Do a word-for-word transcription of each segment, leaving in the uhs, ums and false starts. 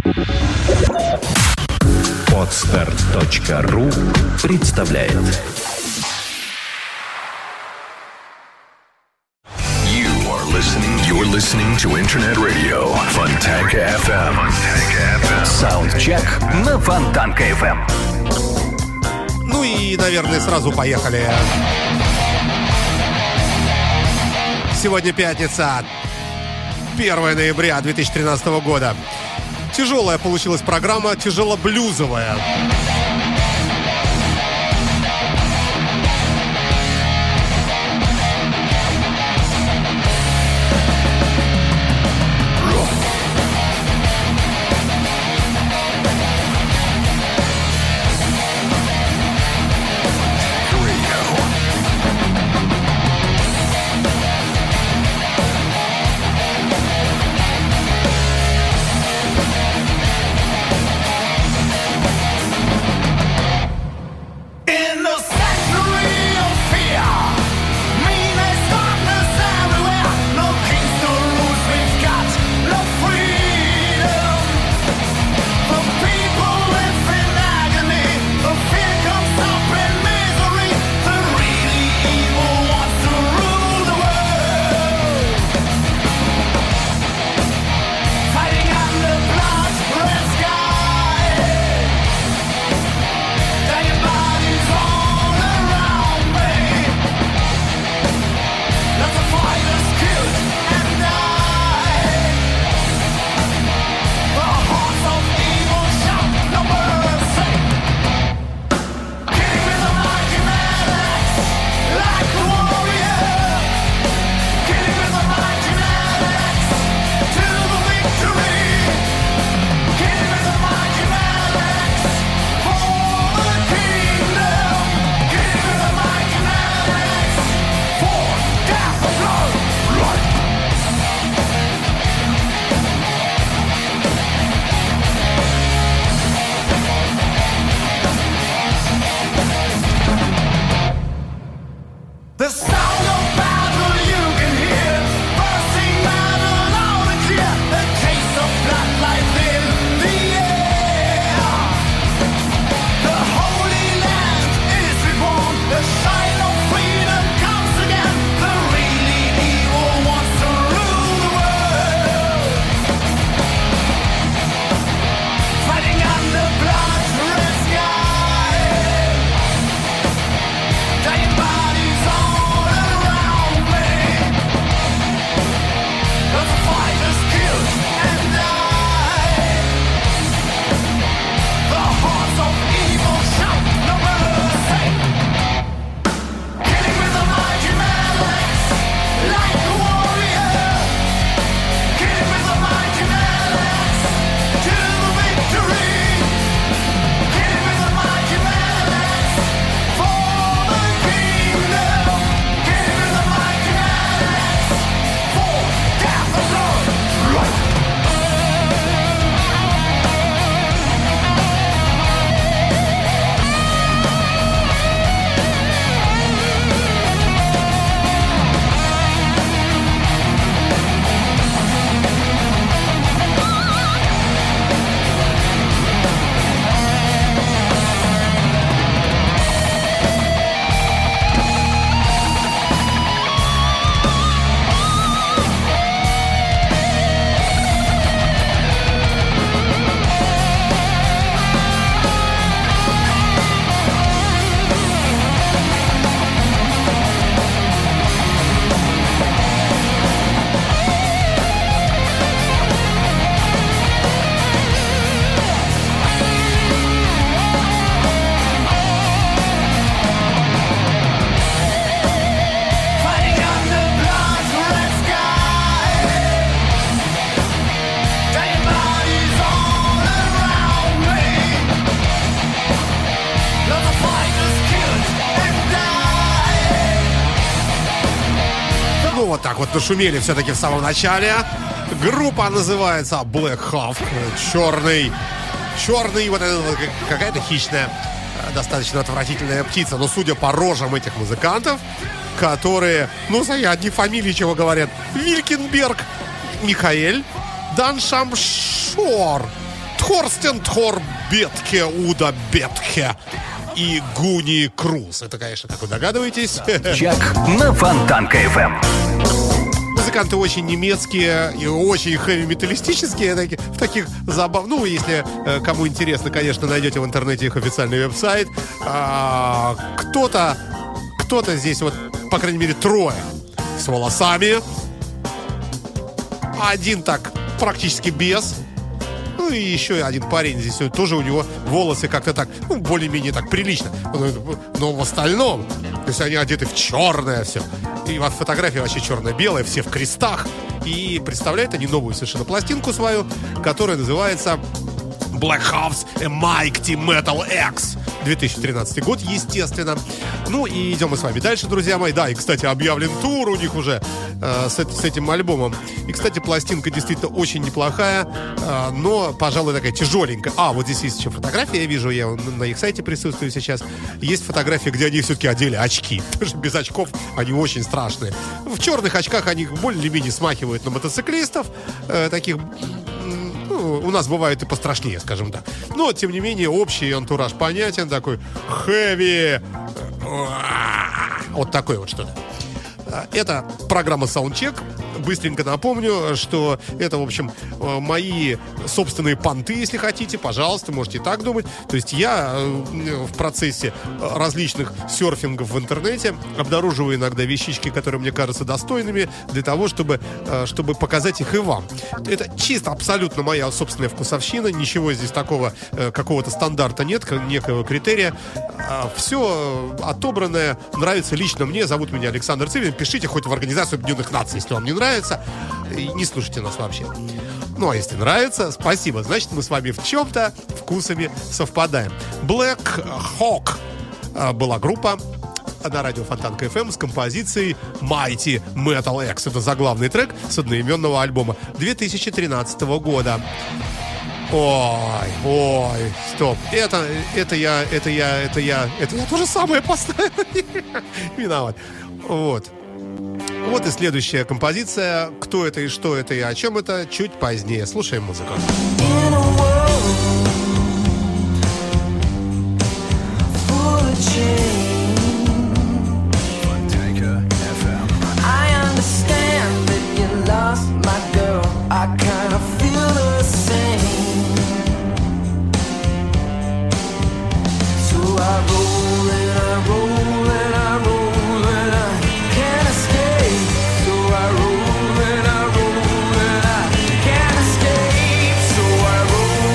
Подстер точка ру представляет. You are listening. You're listening to Internet Radio Fontanka эф эм. Саундчек на Фонтанка эф эм. Ну и, наверное, сразу поехали. Сегодня пятница, первое ноября две тысячи тринадцатого года. Тяжелая получилась программа, тяжело-блюзовая. Вот так вот нашумели все-таки в самом начале. Группа называется Black Hawk. Черный, черный, вот это, какая-то хищная, достаточно отвратительная птица. Но судя по рожам этих музыкантов, которые, ну, за одни фамилии чего говорят: Вилькенберг Михаэль, Дан Шамшор Торстен Тор Бетке, Уда Бетке и Гуни Круз. Это, конечно, как вы догадываетесь. Чак на Фонтанка эф эм. Музыканты очень немецкие и очень хэви-металлистические, в таких забавных. Ну, если э, кому интересно, конечно, найдете в интернете их официальный веб-сайт. А, кто-то, кто-то здесь, вот, по крайней мере, трое с волосами. Один так практически без. Ну и еще один парень здесь тоже, у него волосы как-то так, ну, более-менее так прилично. Но в остальном, то есть они одеты в черное все. И фотография вообще черно-белая, все в крестах. И представляют они новую совершенно пластинку свою, которая называется Black House A Mighty Metal X. две тысячи тринадцатый год, естественно. Ну и идем мы с вами дальше, друзья мои. Да, и, кстати, объявлен тур у них уже э, с, с этим альбомом. И, кстати, пластинка действительно очень неплохая, э, но, пожалуй, такая тяжеленькая. А, вот здесь есть еще фотография, я вижу, я на их сайте присутствую сейчас. Есть фотография, где они все-таки одели очки. Потому что без очков они очень страшные. В черных очках они более-менее смахивают на мотоциклистов. Э, таких... У нас бывает и пострашнее, скажем так. Но, тем не менее, общий антураж понятен. Такой хэви. Вот такое вот что-то. Это программа Soundcheck. Быстренько напомню, что это, в общем, мои собственные понты, если хотите. Пожалуйста, можете и так думать. То есть я в процессе различных серфингов в интернете обнаруживаю иногда вещички, которые мне кажутся достойными, для того, чтобы, чтобы показать их и вам. Это чисто абсолютно моя собственная вкусовщина. Ничего здесь такого, какого-то стандарта нет, некого критерия. Все отобранное нравится лично мне. Зовут меня Александр Цивин. Пишите хоть в Организацию Объединенных Наций, если вам не нравится. И не слушайте нас вообще. Ну, а если нравится, спасибо. Значит, мы с вами в чем-то вкусами совпадаем. Black Hawk была группа на радио Фонтанка эф эм с композицией Mighty Metal X. Это заглавный трек с одноименного альбома две тысячи тринадцатого года. Ой, ой, стоп. Это, это я, это я, это я, это я то же самое поставил. Виноват. Вот. Вот и следующая композиция. Кто это и что это и о чем это, чуть позднее. Слушаем музыку. So I roll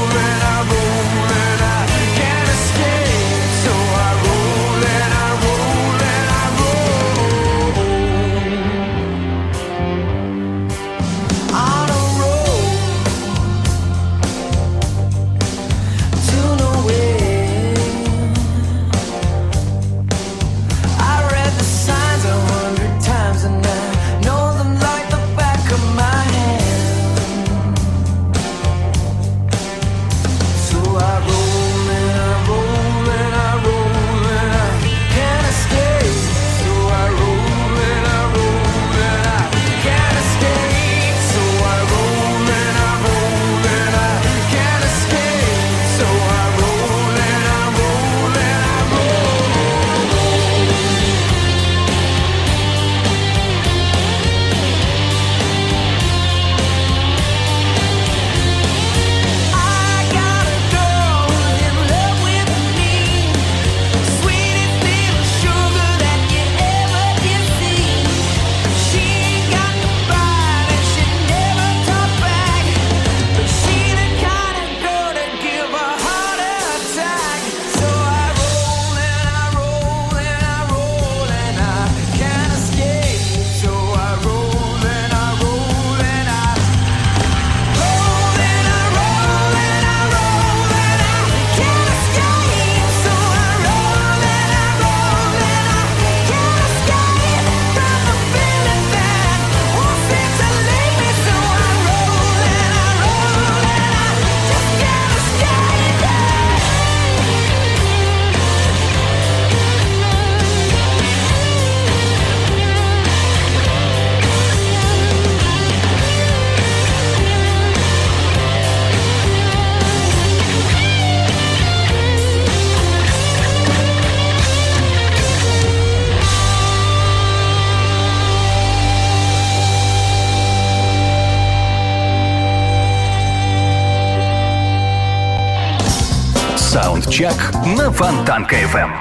Саундчек на Фонтанка эф эм.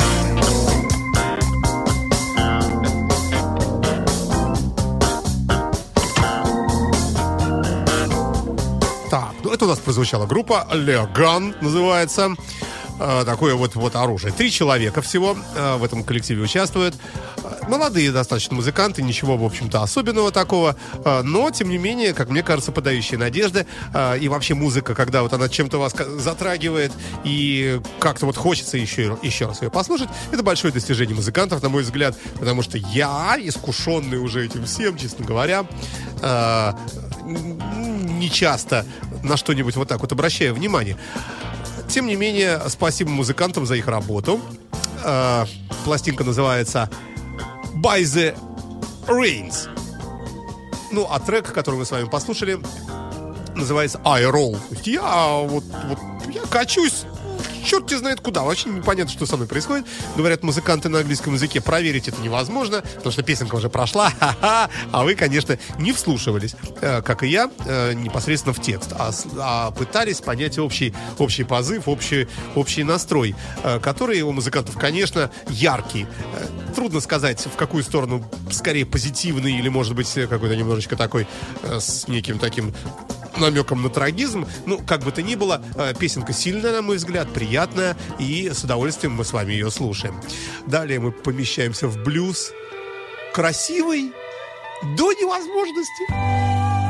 Так, ну это у нас прозвучала группа Леган, называется. Э, такое вот, вот оружие. Три человека всего э, в этом коллективе участвуют. Молодые достаточно музыканты, ничего, в общем-то, особенного такого. Э, но, тем не менее, как мне кажется, подающие надежды. Э, и вообще музыка, когда вот она чем-то вас затрагивает и как-то вот хочется еще, еще раз ее послушать, это большое достижение музыкантов, на мой взгляд. Потому что я, искушенный уже этим всем, честно говоря, э, не часто на что-нибудь вот так вот обращаю внимание. Тем не менее, спасибо музыкантам за их работу. Э, пластинка называется By the Rains. Ну, а трек, который мы с вами послушали, называется I Roll. То есть я вот, вот я качусь, черт не знает куда. Вообще непонятно, что со мной происходит. Говорят музыканты на английском языке, проверить это невозможно, потому что песенка уже прошла, ха-ха, а вы, конечно, не вслушивались, э, как и я, э, непосредственно в текст, а, а пытались понять общий, общий позыв, общий, общий настрой, э, который у музыкантов, конечно, яркий. Э, трудно сказать, в какую сторону, скорее позитивный или, может быть, какой-то немножечко такой, э, с неким таким намеком на трагизм. Ну, как бы то ни было, песенка сильная, на мой взгляд, приятная, и с удовольствием мы с вами ее слушаем. Далее мы помещаемся в блюз. Красивый до невозможности.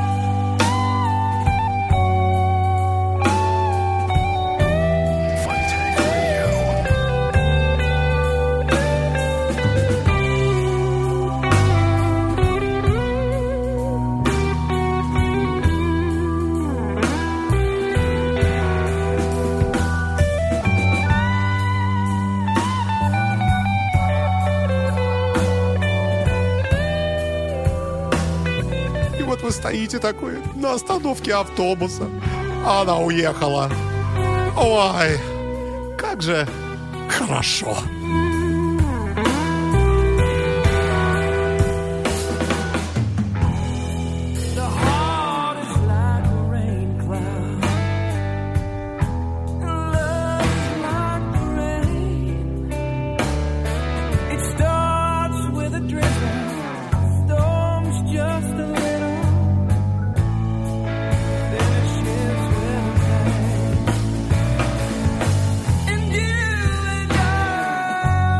Вы стоите такой на остановке автобуса, а она уехала. Ой, как же хорошо. And you and I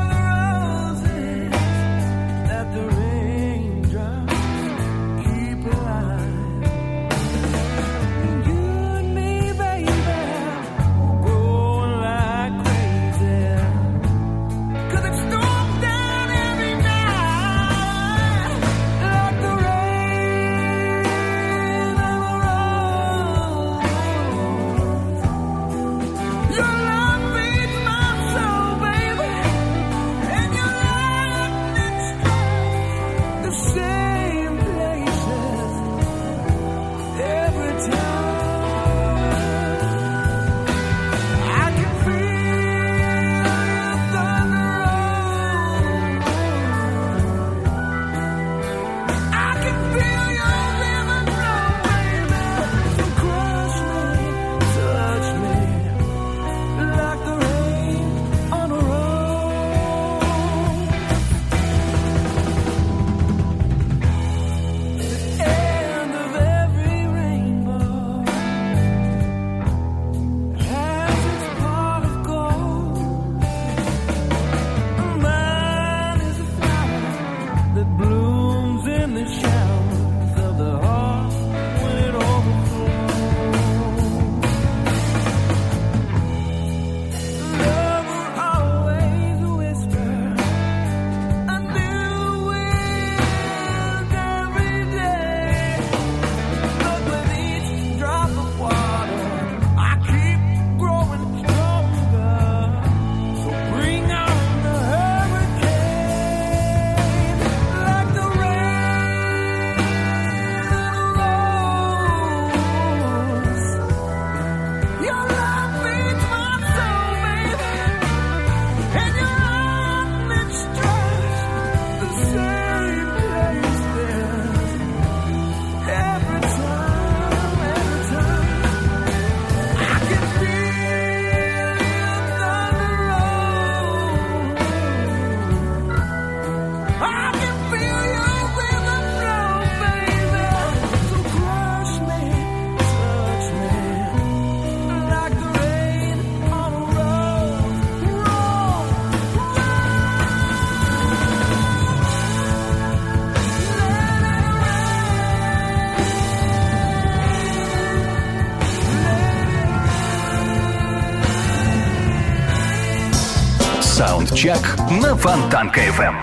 Саундчек на Фонтанка эф эм.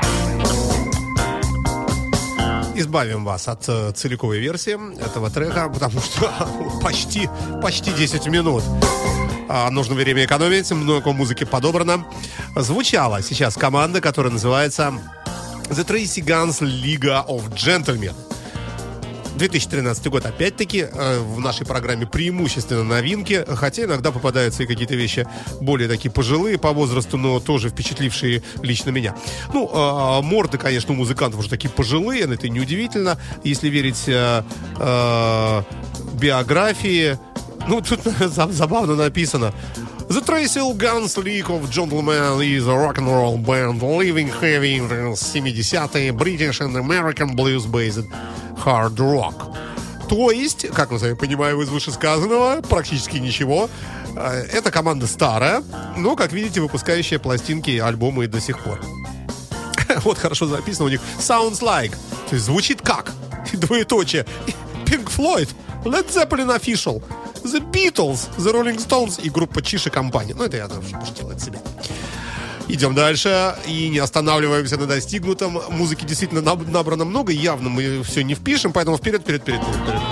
Избавим вас от э, целиковой версии этого трека, потому что почти, почти десять минут. А, нужно время экономить, много музыки подобрано. Звучала сейчас команда, которая называется The Tracy Guns League of Gentlemen. две тысячи тринадцатый год, опять-таки, в нашей программе преимущественно новинки, хотя иногда попадаются и какие-то вещи более такие пожилые по возрасту, но тоже впечатлившие лично меня. Ну, э, морды, конечно, у музыкантов уже такие пожилые, но это неудивительно, если верить э, э, биографии. Ну, тут забавно написано: The Tracy Guns League of Gentlemen is a rock-and-roll band living heavy in семидесятые British and American blues-based hard rock. То есть, как мы с вами понимаем из вышесказанного, практически ничего. Эта команда старая, но, как видите, выпускающая пластинки и альбомы до сих пор. Вот хорошо записано у них Sounds like. То есть звучит как? Двоеточие. Pink Floyd, Led Zeppelin Official, The Beatles, The Rolling Stones и группа Чиш и компания. Ну, это я даже пустил от себя. Идем дальше и не останавливаемся на достигнутом. Музыки действительно набрано много, явно мы все не впишем, поэтому вперед, вперед, вперед, вперед, вперед.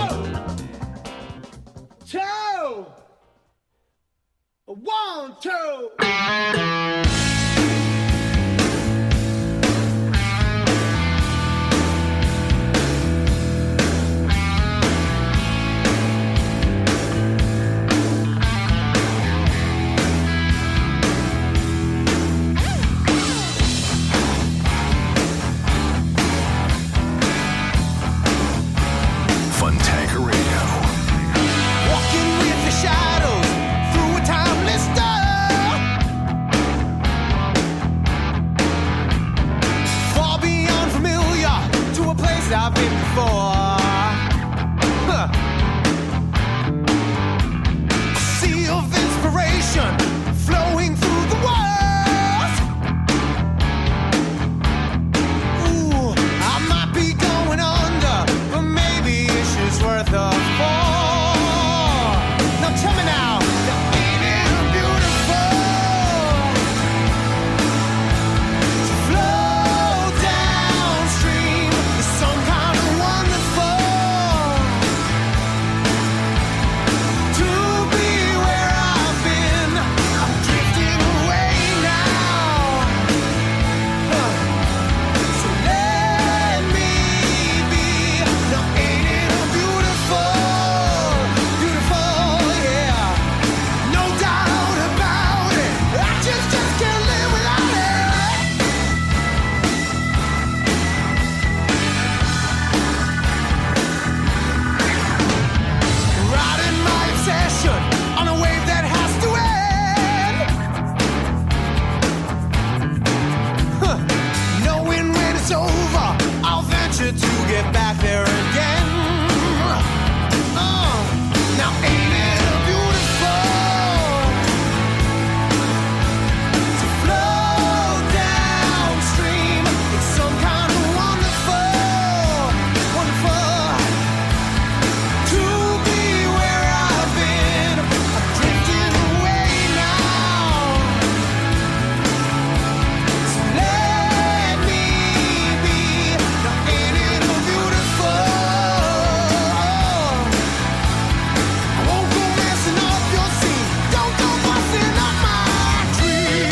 Two. One, two. I've been before. Huh. A sea of inspiration flowing through the walls. Ooh, I might be going under, but maybe it's just worth a fall. Now tell me now, ain't it beautiful to flow downstream? Some kind of wonderful to be where I've been. I'm drifting away now. Huh. So let me be. Now ain't it beautiful, beautiful, yeah. No doubt about it. I just, just can't live without it. Riding my obsession on a wave that has to end. Huh. Knowing when it's over, I'll venture to get back there again. Uh, now ain't it beautiful to flow downstream? It's some kind of wonderful, wonderful to be where I've been. I'm drifting away now. So let me be. Now ain't it beautiful? I won't go messing up your scene. Don't go busting up my dream.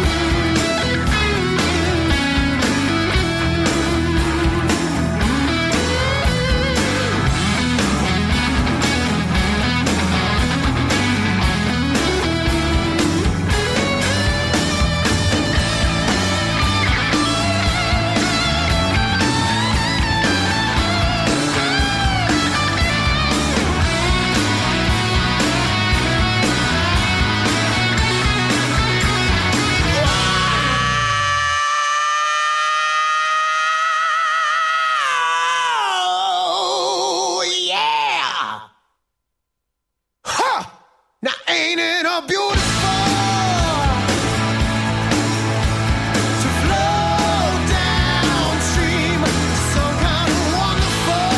Oh, yeah! Ha! Now ain't it a beautiful to flow downstream? Some kind of wonderful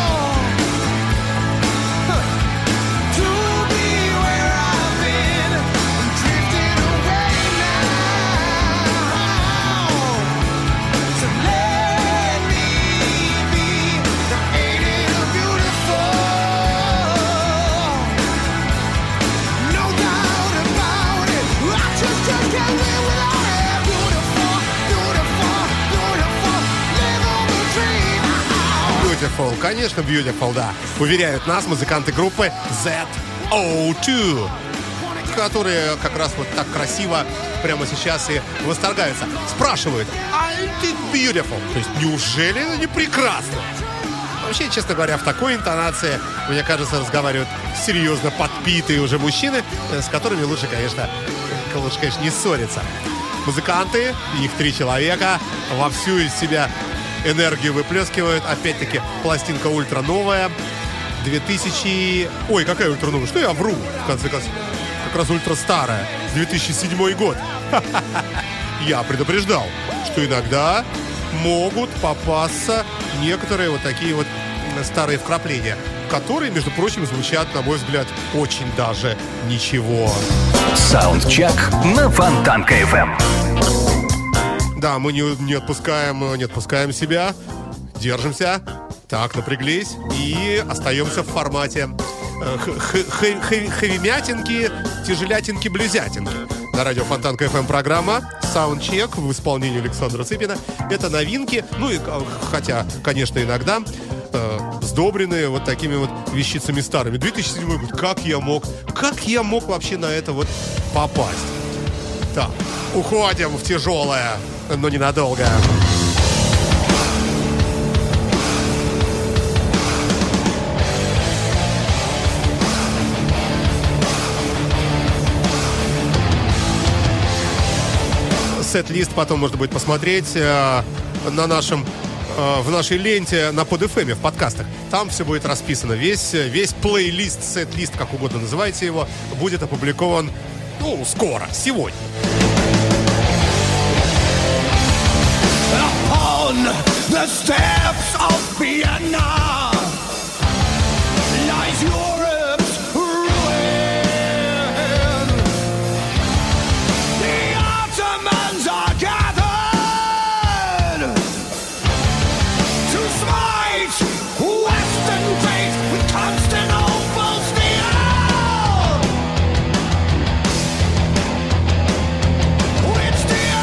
huh, to be where I've been. I'm drifting away now. Beautiful, конечно, Beautiful, да. Уверяют нас музыканты группы зет о два, которые как раз вот так красиво прямо сейчас и восторгаются. Спрашивают, I think beautiful. То есть, неужели это не прекрасно? Вообще, честно говоря, в такой интонации, мне кажется, разговаривают серьезно подпитые уже мужчины, с которыми лучше, конечно, лучше, конечно, не ссориться. Музыканты, их три человека, вовсю из себя энергию выплескивают. Опять-таки, пластинка ультра новая. две тысячи... Ой, какая ультра новая? Что я вру, в конце концов? Как раз ультра старая. две тысячи седьмой год. Я предупреждал, что иногда могут попасться некоторые вот такие вот старые вкрапления, которые, между прочим, звучат, на мой взгляд, очень даже ничего. Саундчек на Фонтанка эф эм. Да, мы не, не отпускаем, не отпускаем себя, держимся, так, напряглись и остаемся в формате хэвимятинки, тяжелятинки, блюзятинки. На радио Фонтанка эф эм программа Soundcheck в исполнении Александра Цыпина. Это новинки, ну и хотя, конечно, иногда э, сдобренные вот такими вот вещицами старыми. две тысячи седьмой год, как я мог, как я мог вообще на это вот попасть? Так, уходим в тяжелое, но ненадолго. Сет-лист потом можно будет посмотреть э, на нашем, э, в нашей ленте на Под эф эм, в подкастах. Там все будет расписано. Весь, весь плейлист, сет-лист, как угодно называйте его, будет опубликован, ну, скоро, сегодня. Upon the steps of Vienna lies Europe's ruin. The Ottomans are gathered to smite Western fate with Constantinople's steel. With steel.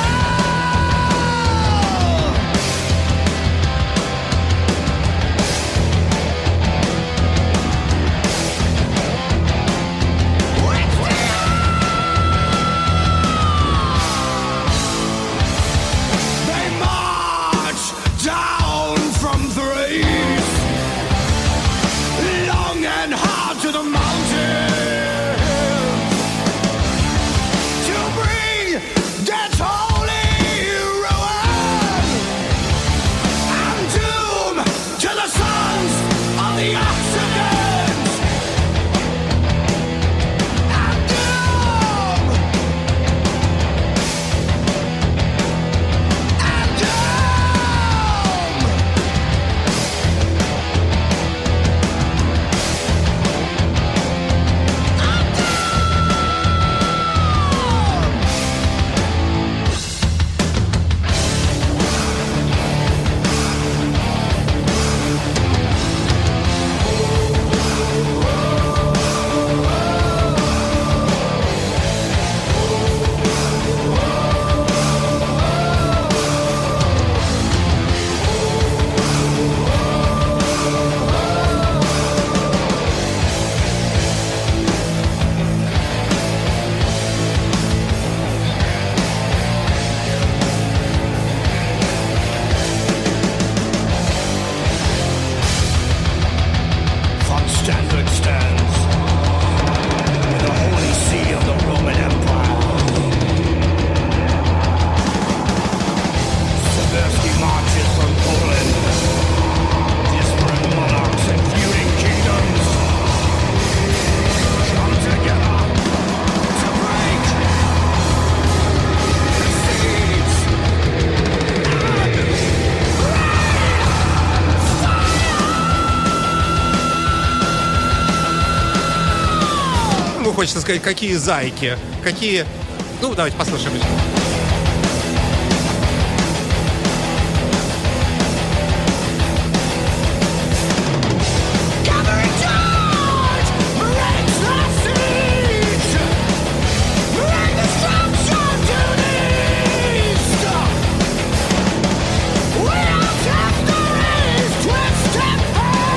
Хочется сказать, какие зайки, какие... Ну, давайте послушаем. Twist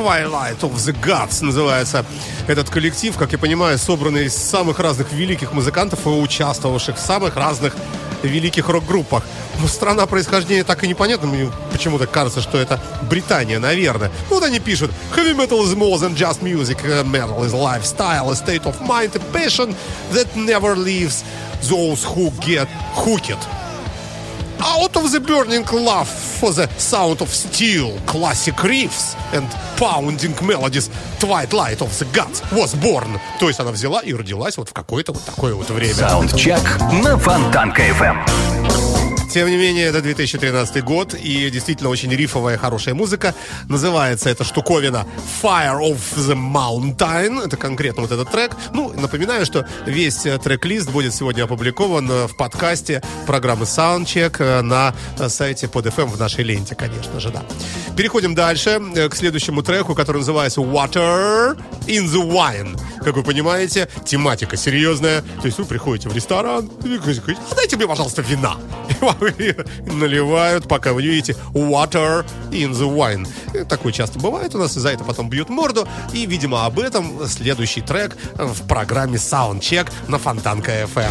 Twilight of the Gods называется этот коллектив, как я понимаю, собранный из самых разных великих музыкантов и участвовавших в самых разных великих рок-группах. Но страна происхождения так и непонятна. Мне почему-то кажется, что это Британия, наверное. Ну, вот они пишут: Heavy metal is more than just music. Metal is lifestyle, a state of mind, a passion that never leaves those who get hooked. Out of the burning love for the sound of steel, classic riffs and pounding melodies, Twilight of the Gods was born. То есть она взяла и родилась вот в какое-то вот такое вот время. Саундчек на Фонтанка эф эм. Тем не менее, это две тысячи тринадцатый год, и действительно очень рифовая, хорошая музыка. Называется эта штуковина Fire of the Mountain. Это конкретно вот этот трек. Ну, напоминаю, что весь трек-лист будет сегодня опубликован в подкасте программы Soundcheck на сайте под эф эм в нашей ленте, конечно же, да. Переходим дальше к следующему треку, который называется Water in the Wine. Как вы понимаете, тематика серьезная. То есть вы приходите в ресторан и говорите: дайте мне, пожалуйста, вина. И вам наливают, пока вы не видите Water in the Wine. И такое часто бывает у нас, и за это потом бьют морду. И, видимо, об этом следующий трек в программе Soundcheck на Фонтанка эф эм.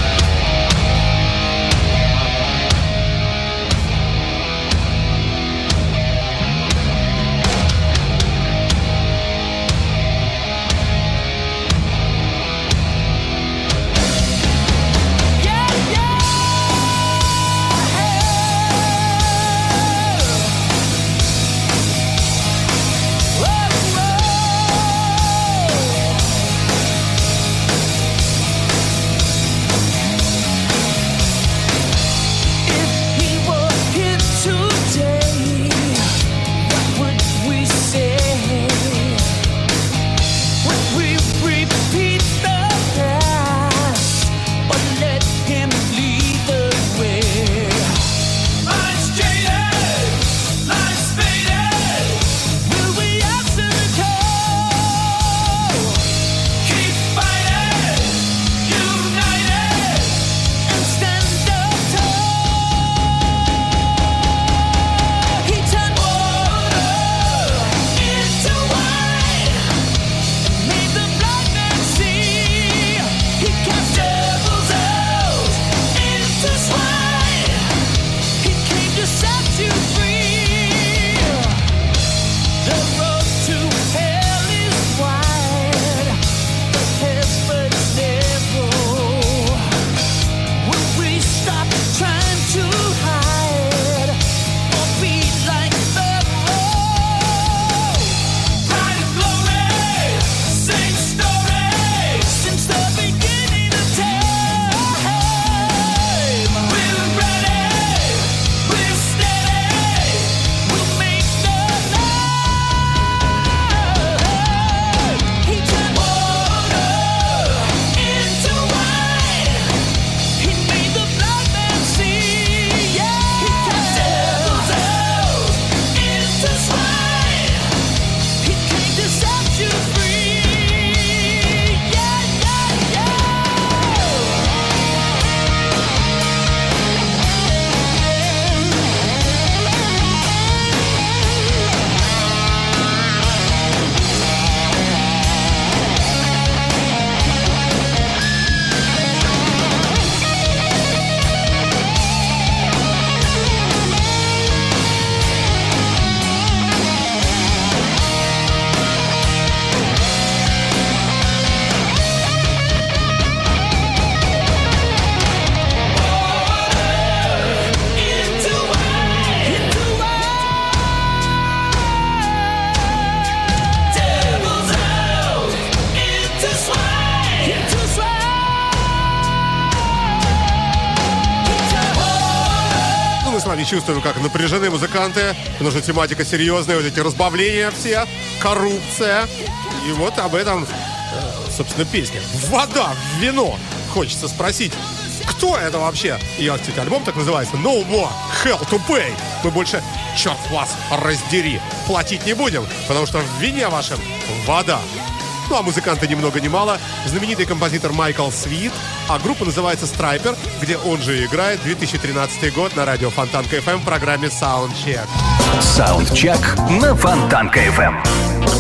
Чувствуем, как напряжены музыканты, потому что тематика серьезная, вот эти разбавления все, коррупция. И вот об этом, собственно, песня. Вода, вино. Хочется спросить, кто это вообще? И, кстати, альбом так называется No More Hell to Pay. Мы больше, черт вас раздери, платить не будем, потому что в вине вашем вода. Ну, а музыканты ни много ни мало. Знаменитый композитор Майкл Свит. А группа называется Страйпер, где он же играет. две тысячи тринадцатый год на радио Фонтанка эф эм в программе Soundcheck. Soundcheck на Фонтанка эф эм.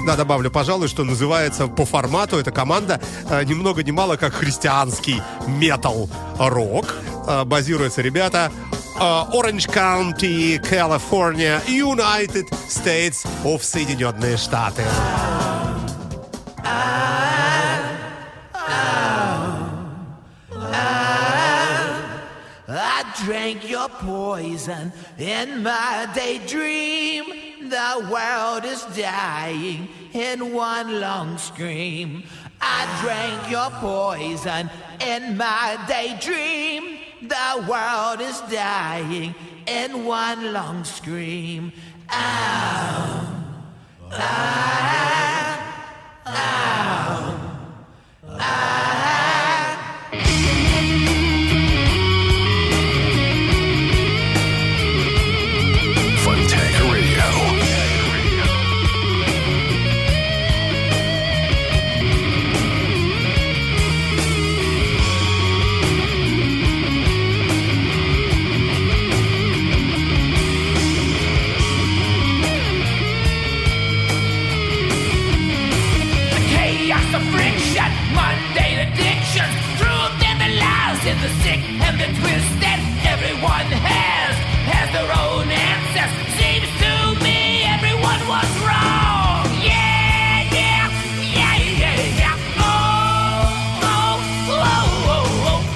Да, добавлю, пожалуй, что называется по формату эта команда э, ни много ни мало как христианский метал-рок. Э, базируются ребята э, Orange County, California, United States of Соединенные Штаты. I drank your poison in my daydream. The world is dying in one long scream. I drank your poison in my daydream. The world is dying in one long scream. Ow, ow, ow, ow. The sick and the twisted, everyone has has their own answers. Seems to me everyone was wrong. Yeah, yeah, yeah, yeah, yeah. Oh, oh, oh, oh, oh,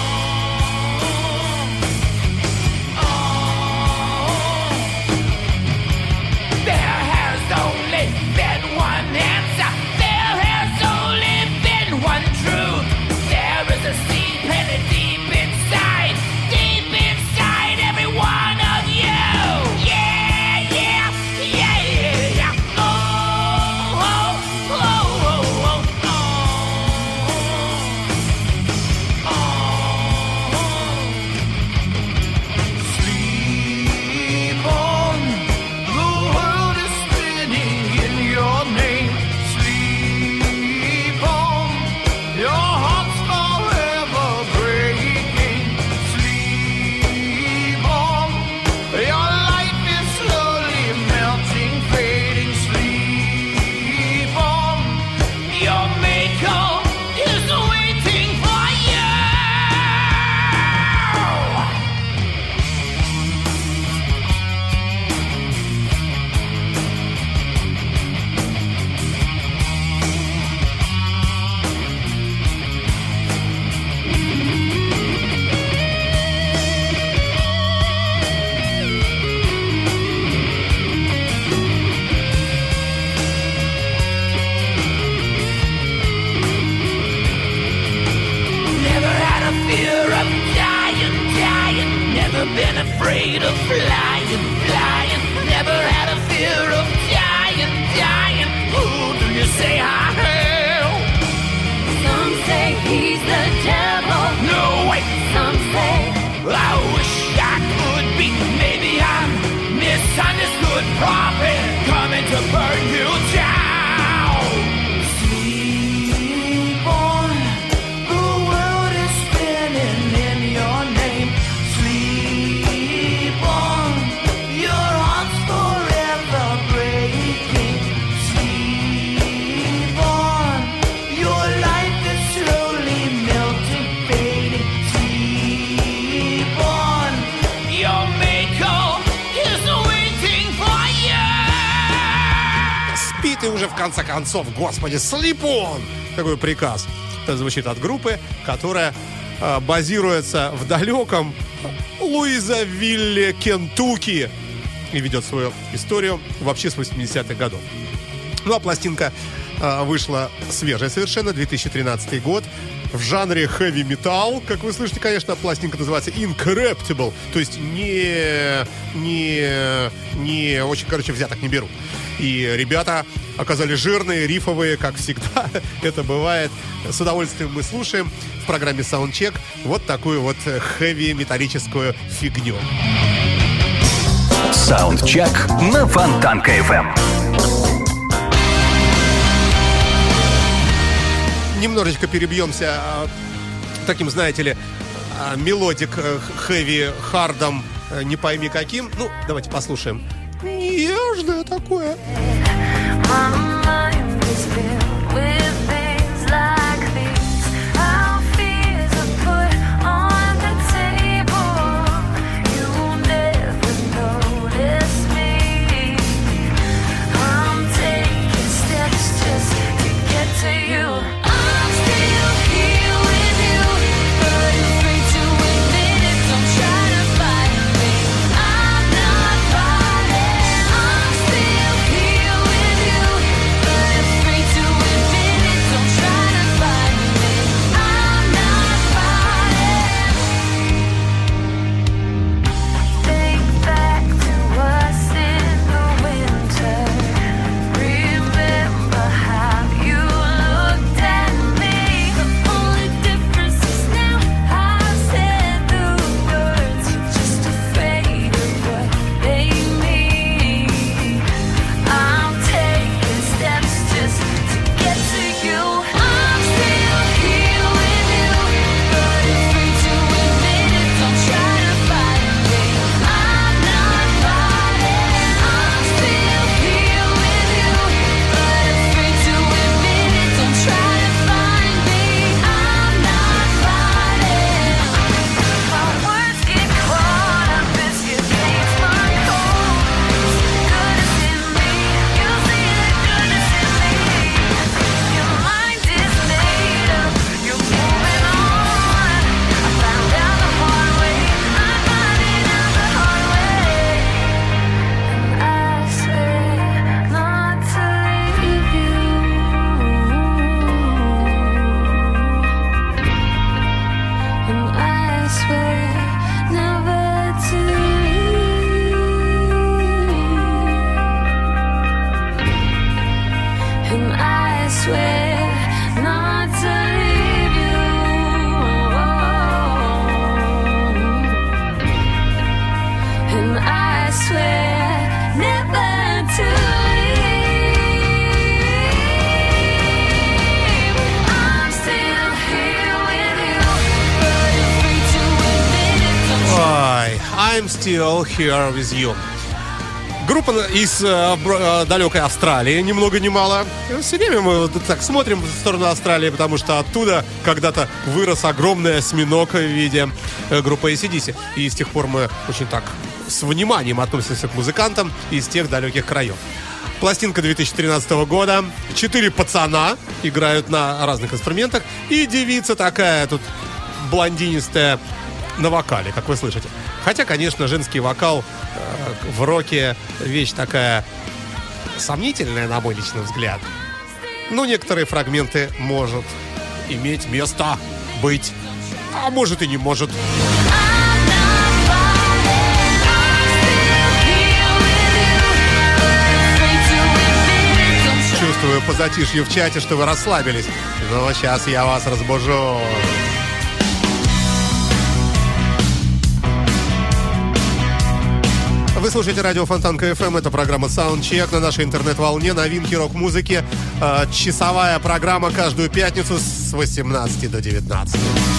oh, oh. There has only been one answer. There has only been one truth. There is a seed planted deep inside, deep inside every one of you. Yeah, yeah, yeah, yeah, yeah. Oh, oh, oh, oh, oh, oh, oh. Sleep on, the world is spinning in your name. Sleep on, your heart's forever breaking. Sleep on, your life is slowly melting, fading. Sleep on, your maker is waiting for you. Never had a fear of dying, dying. Never been afraid of flying, flying. Never had a fear of dying, dying. Who do you say I am? Some say he's the devil. No way. Some say I wish I could be. Maybe I'm misunderstood. Prophet coming to burn you down. Sleep on, the world is spinning in your name. Sleep on, your heart's forever breaking. Sleep on, your life is slowly melting, fading. Sleep on, your maker is waiting for you. Спи ты уже в конце концов, господи, sleep on! Такой приказ. Это звучит от группы, которая э, базируется в далеком Луизавилле, Кентукки, и ведет свою историю вообще с восьмидесятых годов. Ну а пластинка э, вышла свежая совершенно, две тысячи тринадцатый год, в жанре хэви-метал. Как вы слышите, конечно, пластинка называется Incorruptible, то есть не, не, не очень, короче, взяток не берут. И ребята оказались жирные, рифовые, как всегда это бывает. С удовольствием мы слушаем в программе Soundcheck вот такую вот хэви-металлическую фигню. Саундчек на Фонтанка эф эм. Немножечко перебьемся таким, знаете ли, мелодик хэви-хардом, не пойми каким. Ну, давайте послушаем. Нежное такое. Mama, And I swear not to leave you. And I swear never to leave. I'm still here with you, but you're free to admit it. Don't you? Ой, I'm still here with you. Группа из э, э, далекой Австралии, ни много ни мало. Все время мы вот так смотрим в сторону Австралии, потому что оттуда когда-то вырос огромный осьминог в виде э, группы эй си ди си. И с тех пор мы очень так с вниманием относимся к музыкантам из тех далеких краев. Пластинка две тысячи тринадцатого года. Четыре пацана играют на разных инструментах. И девица такая тут блондинистая на вокале, как вы слышите. Хотя, конечно, женский вокал э, в роке вещь такая сомнительная, на мой личный взгляд. Но некоторые фрагменты может иметь место быть, а может и не может. Чувствую по затишью в чате, что вы расслабились. Но сейчас я вас разбужу. Вы слушаете радио Фонтанка эф эм. Это программа Soundcheck на нашей интернет-волне. Новинки рок-музыки. Э, часовая программа каждую пятницу с восемнадцати до девятнадцати.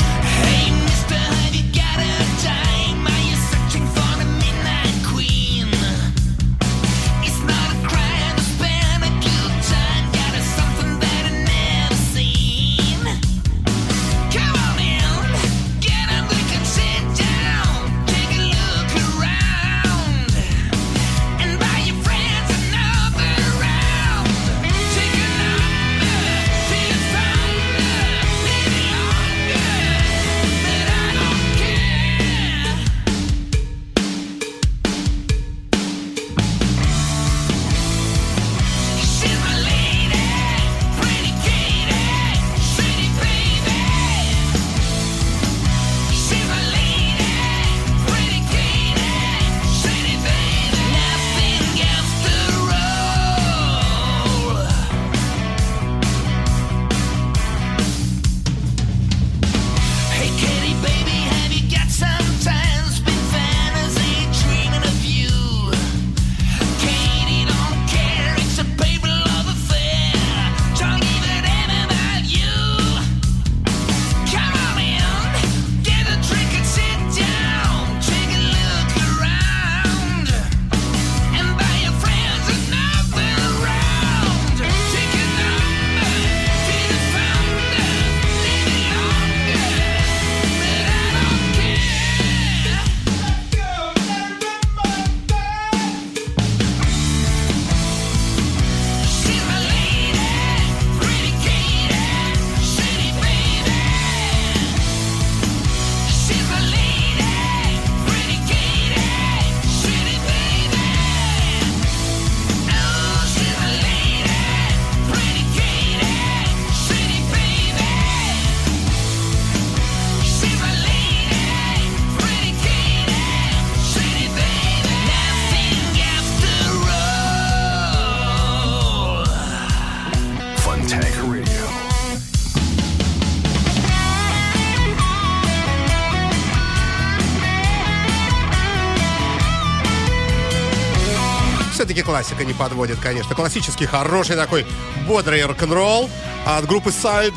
Все-таки классика не подводит, конечно. Классический, хороший такой бодрый рок-н-ролл от группы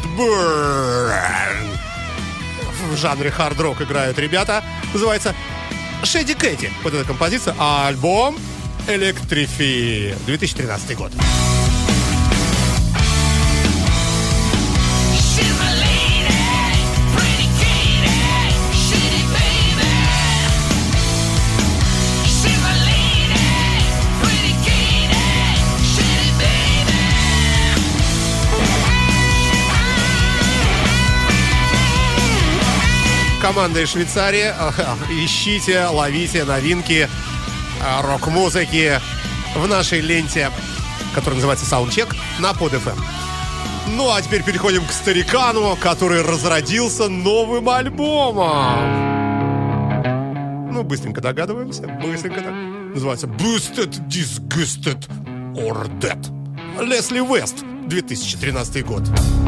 Sideburn. В жанре хард-рок играют ребята. Называется Шэдди Кэти. Вот эта композиция. А альбом Electrify. две тысячи тринадцатый год. Команда из Швейцарии. Ищите, ловите новинки рок-музыки в нашей ленте, которая называется Soundcheck на под эф эм. Ну, а теперь переходим к старикану, который разродился новым альбомом. Ну, быстренько догадываемся. Быстренько так. Называется Boosted, Disgusted or Dead. Лесли Вест две тысячи тринадцатый год.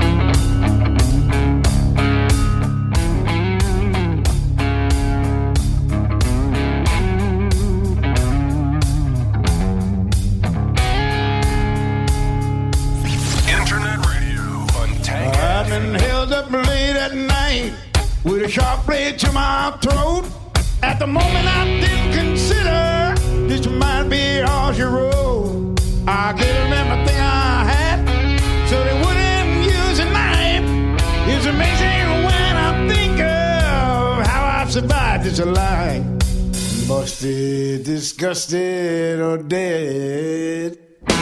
I've been held up late at night with a sharp blade to my throat. At the moment I didn't consider this might be all she wrote. I gave them everything I had so they wouldn't use a knife. It's amazing when I think of how I've survived this life. Busted, disgusted, or dead.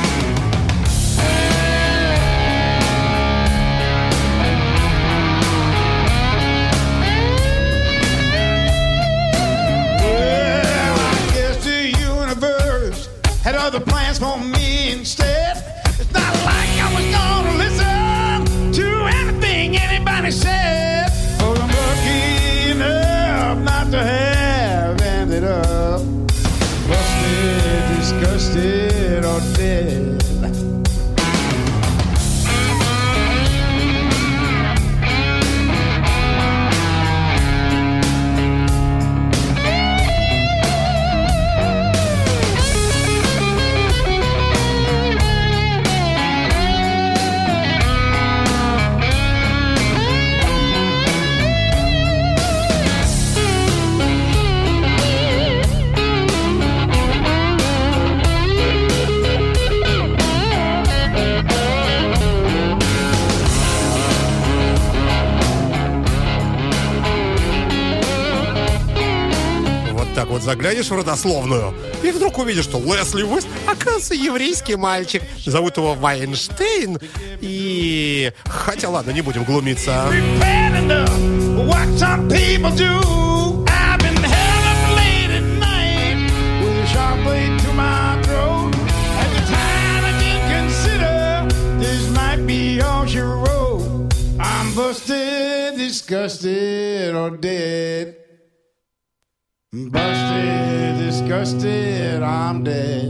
Had other plans for me instead. It's not like I was gonna listen to anything anybody said. Oh, I'm lucky enough not to have ended up busted, disgusted, or dead. Так вот заглянешь в родословную и вдруг увидишь, что Лесли Уэст, оказывается, еврейский мальчик. Зовут его Вайнштейн. И... Хотя ладно, не будем глумиться. Busted, disgusted, I'm dead.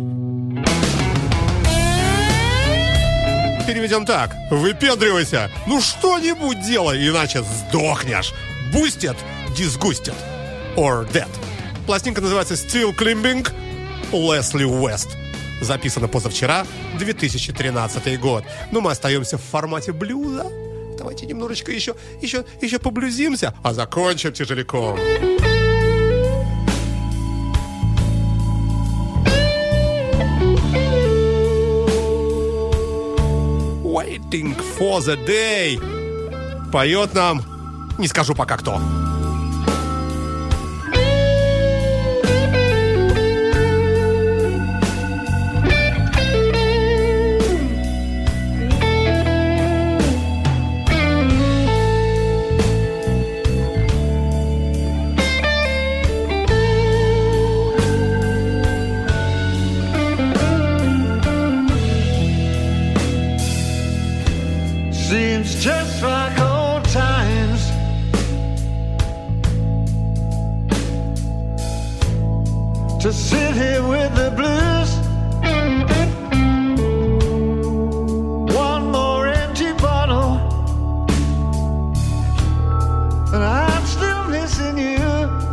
Переведем так. Выпендривайся. Ну что-нибудь делай, иначе сдохнешь. Boosted, disgusted or dead. Пластинка называется Still Climbing. Лесли Уэст. Записано позавчера, две тысячи тринадцатый год. Но мы остаемся в формате блюза. Давайте немножечко еще, еще, еще поблюзимся, а закончим тяжеляком. Waiting for the day. Поет нам, не скажу пока кто. Seems just like old times. To sit here with the blues. One more empty bottle, and I'm still missing you.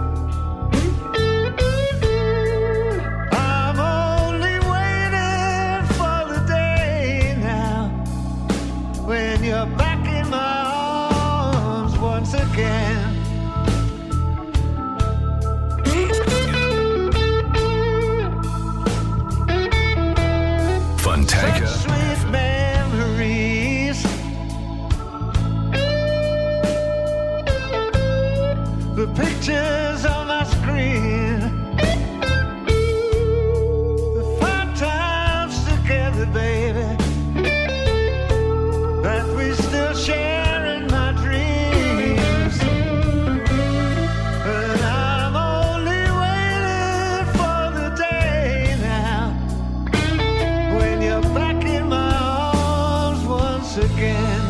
I'm only waiting for the day now when you're back in my arms once again. Fontanka. Sweet memories. The pictures on my screen. The fun times together, baby, that we still share in my dreams. And I'm only waiting for the day now when you're back in my arms once again.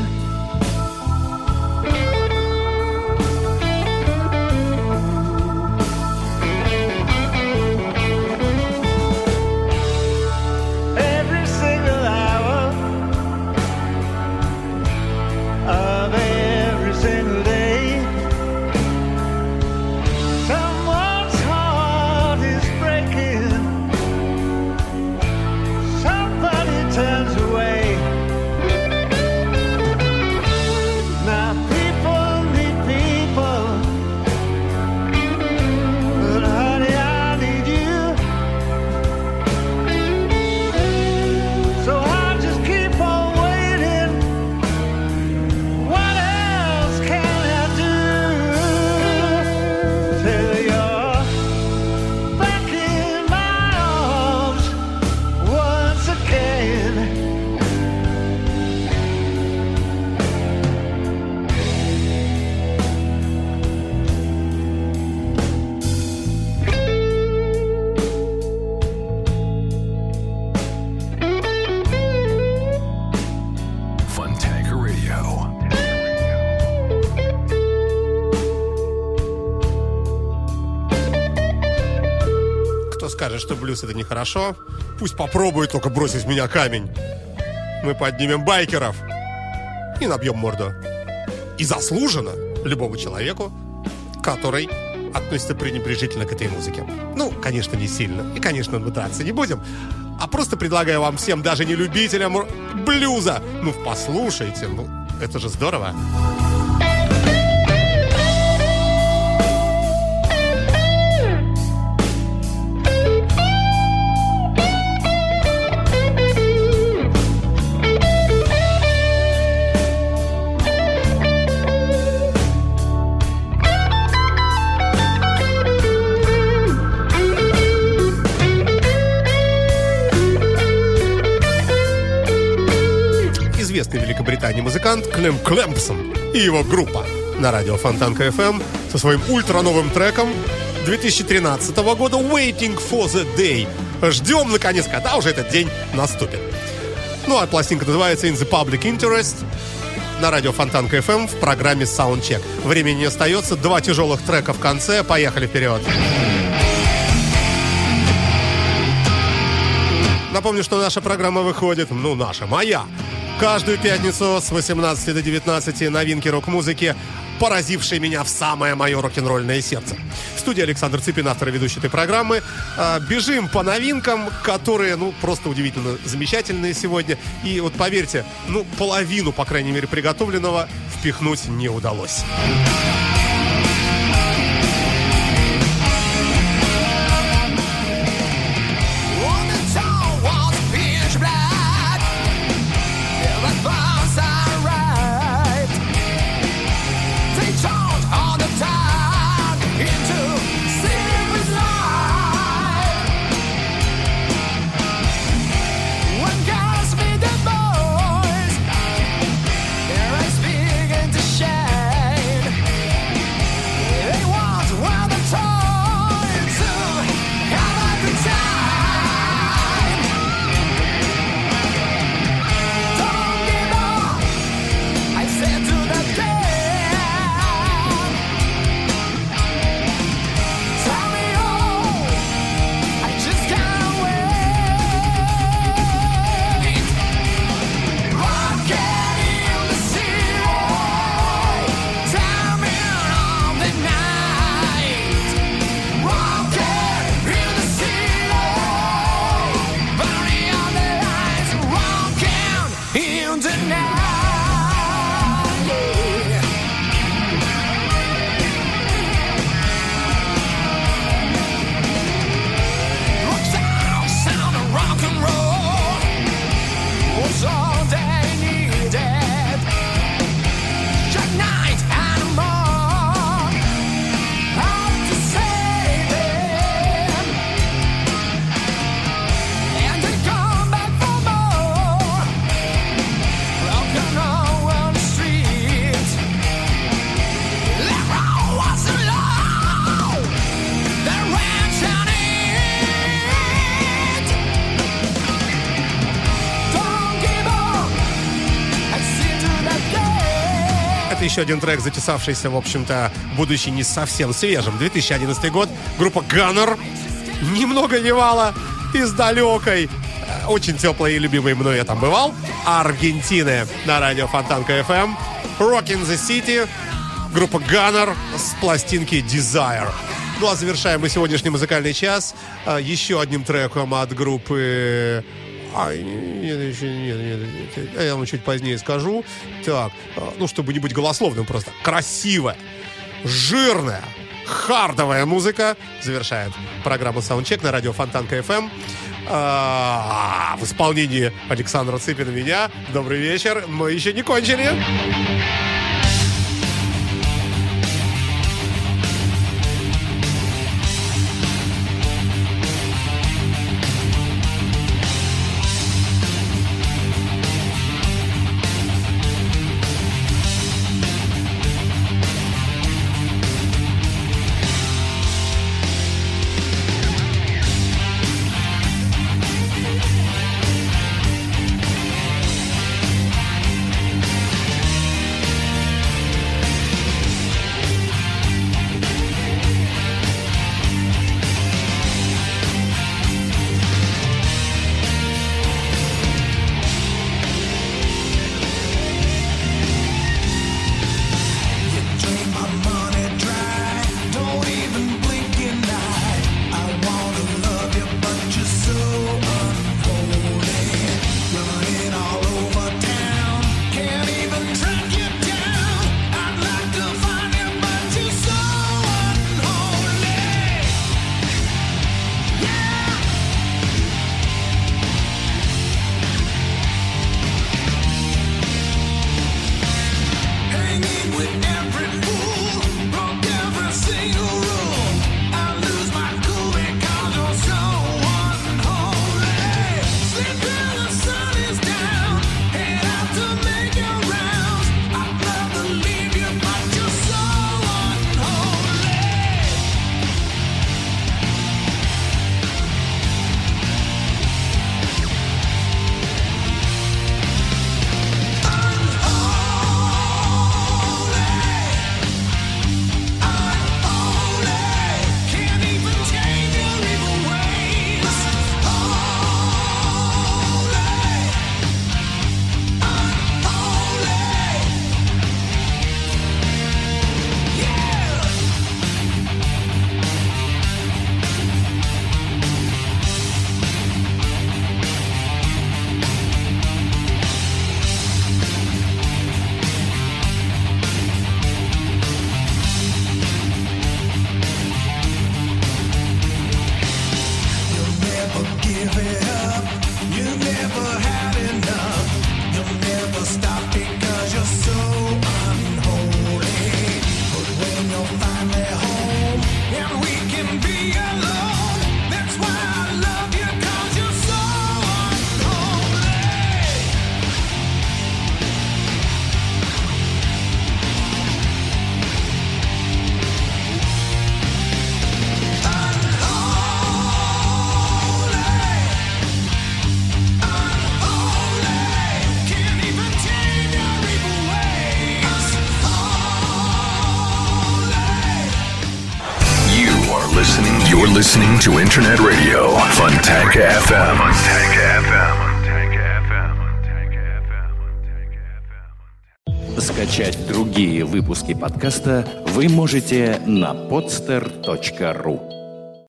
Every single hour скажет, что блюз это нехорошо, пусть попробует только бросить в меня камень. Мы поднимем байкеров и набьем морду. И заслуженно любому человеку, который относится пренебрежительно к этой музыке. Ну, конечно, не сильно. И, конечно, мы драться не будем. А просто предлагаю вам всем, даже не любителям блюза, ну, послушайте, ну, это же здорово. Известный в Великобритании музыкант Клем Клэмпсон и его группа на радио Фонтанка эф эм со своим ультра-новым треком две тысячи тринадцатого года «Waiting for the Day». Ждем, наконец, когда уже этот день наступит. Ну, а пластинка называется «In the Public Interest» на радио Фонтанка эф эм в программе Soundcheck. Времени не остается, два тяжелых трека в конце. Поехали вперед. Напомню, что наша программа выходит, ну, наша, моя, каждую пятницу с восемнадцати до девятнадцати новинки рок-музыки, поразившие меня в самое мое рок-н-ролльное сердце. В студии Александр Цыпин, автор и ведущий этой программы. А, бежим по новинкам, которые, ну, просто удивительно замечательные сегодня. И вот поверьте, ну, половину, по крайней мере, приготовленного впихнуть не удалось. Еще один трек, затесавшийся, в общем-то, будучи не совсем свежим. две тысячи одиннадцатый год. Группа Gunner. Ни много ни мало. Из далекой, очень теплой и любимой мной я там бывал, Аргентины на радио Фонтанка эф эм. Rock in the City. Группа Gunner с пластинки Desire. Ну а завершаем мы сегодняшний музыкальный час еще одним треком от группы... А, нет, еще нет, нет, я вам чуть позднее скажу. Так, ну, чтобы не быть голословным, просто красивая, жирная, хардовая музыка завершает программу Soundcheck на радио Фонтанка эф эм. А, в исполнении Александра Цыпина меня. Добрый вечер, мы еще не кончили. listening. You're listening to Internet Radio Fontanka эф эм. Скачать другие выпуски подкаста вы можете на podster точка ру.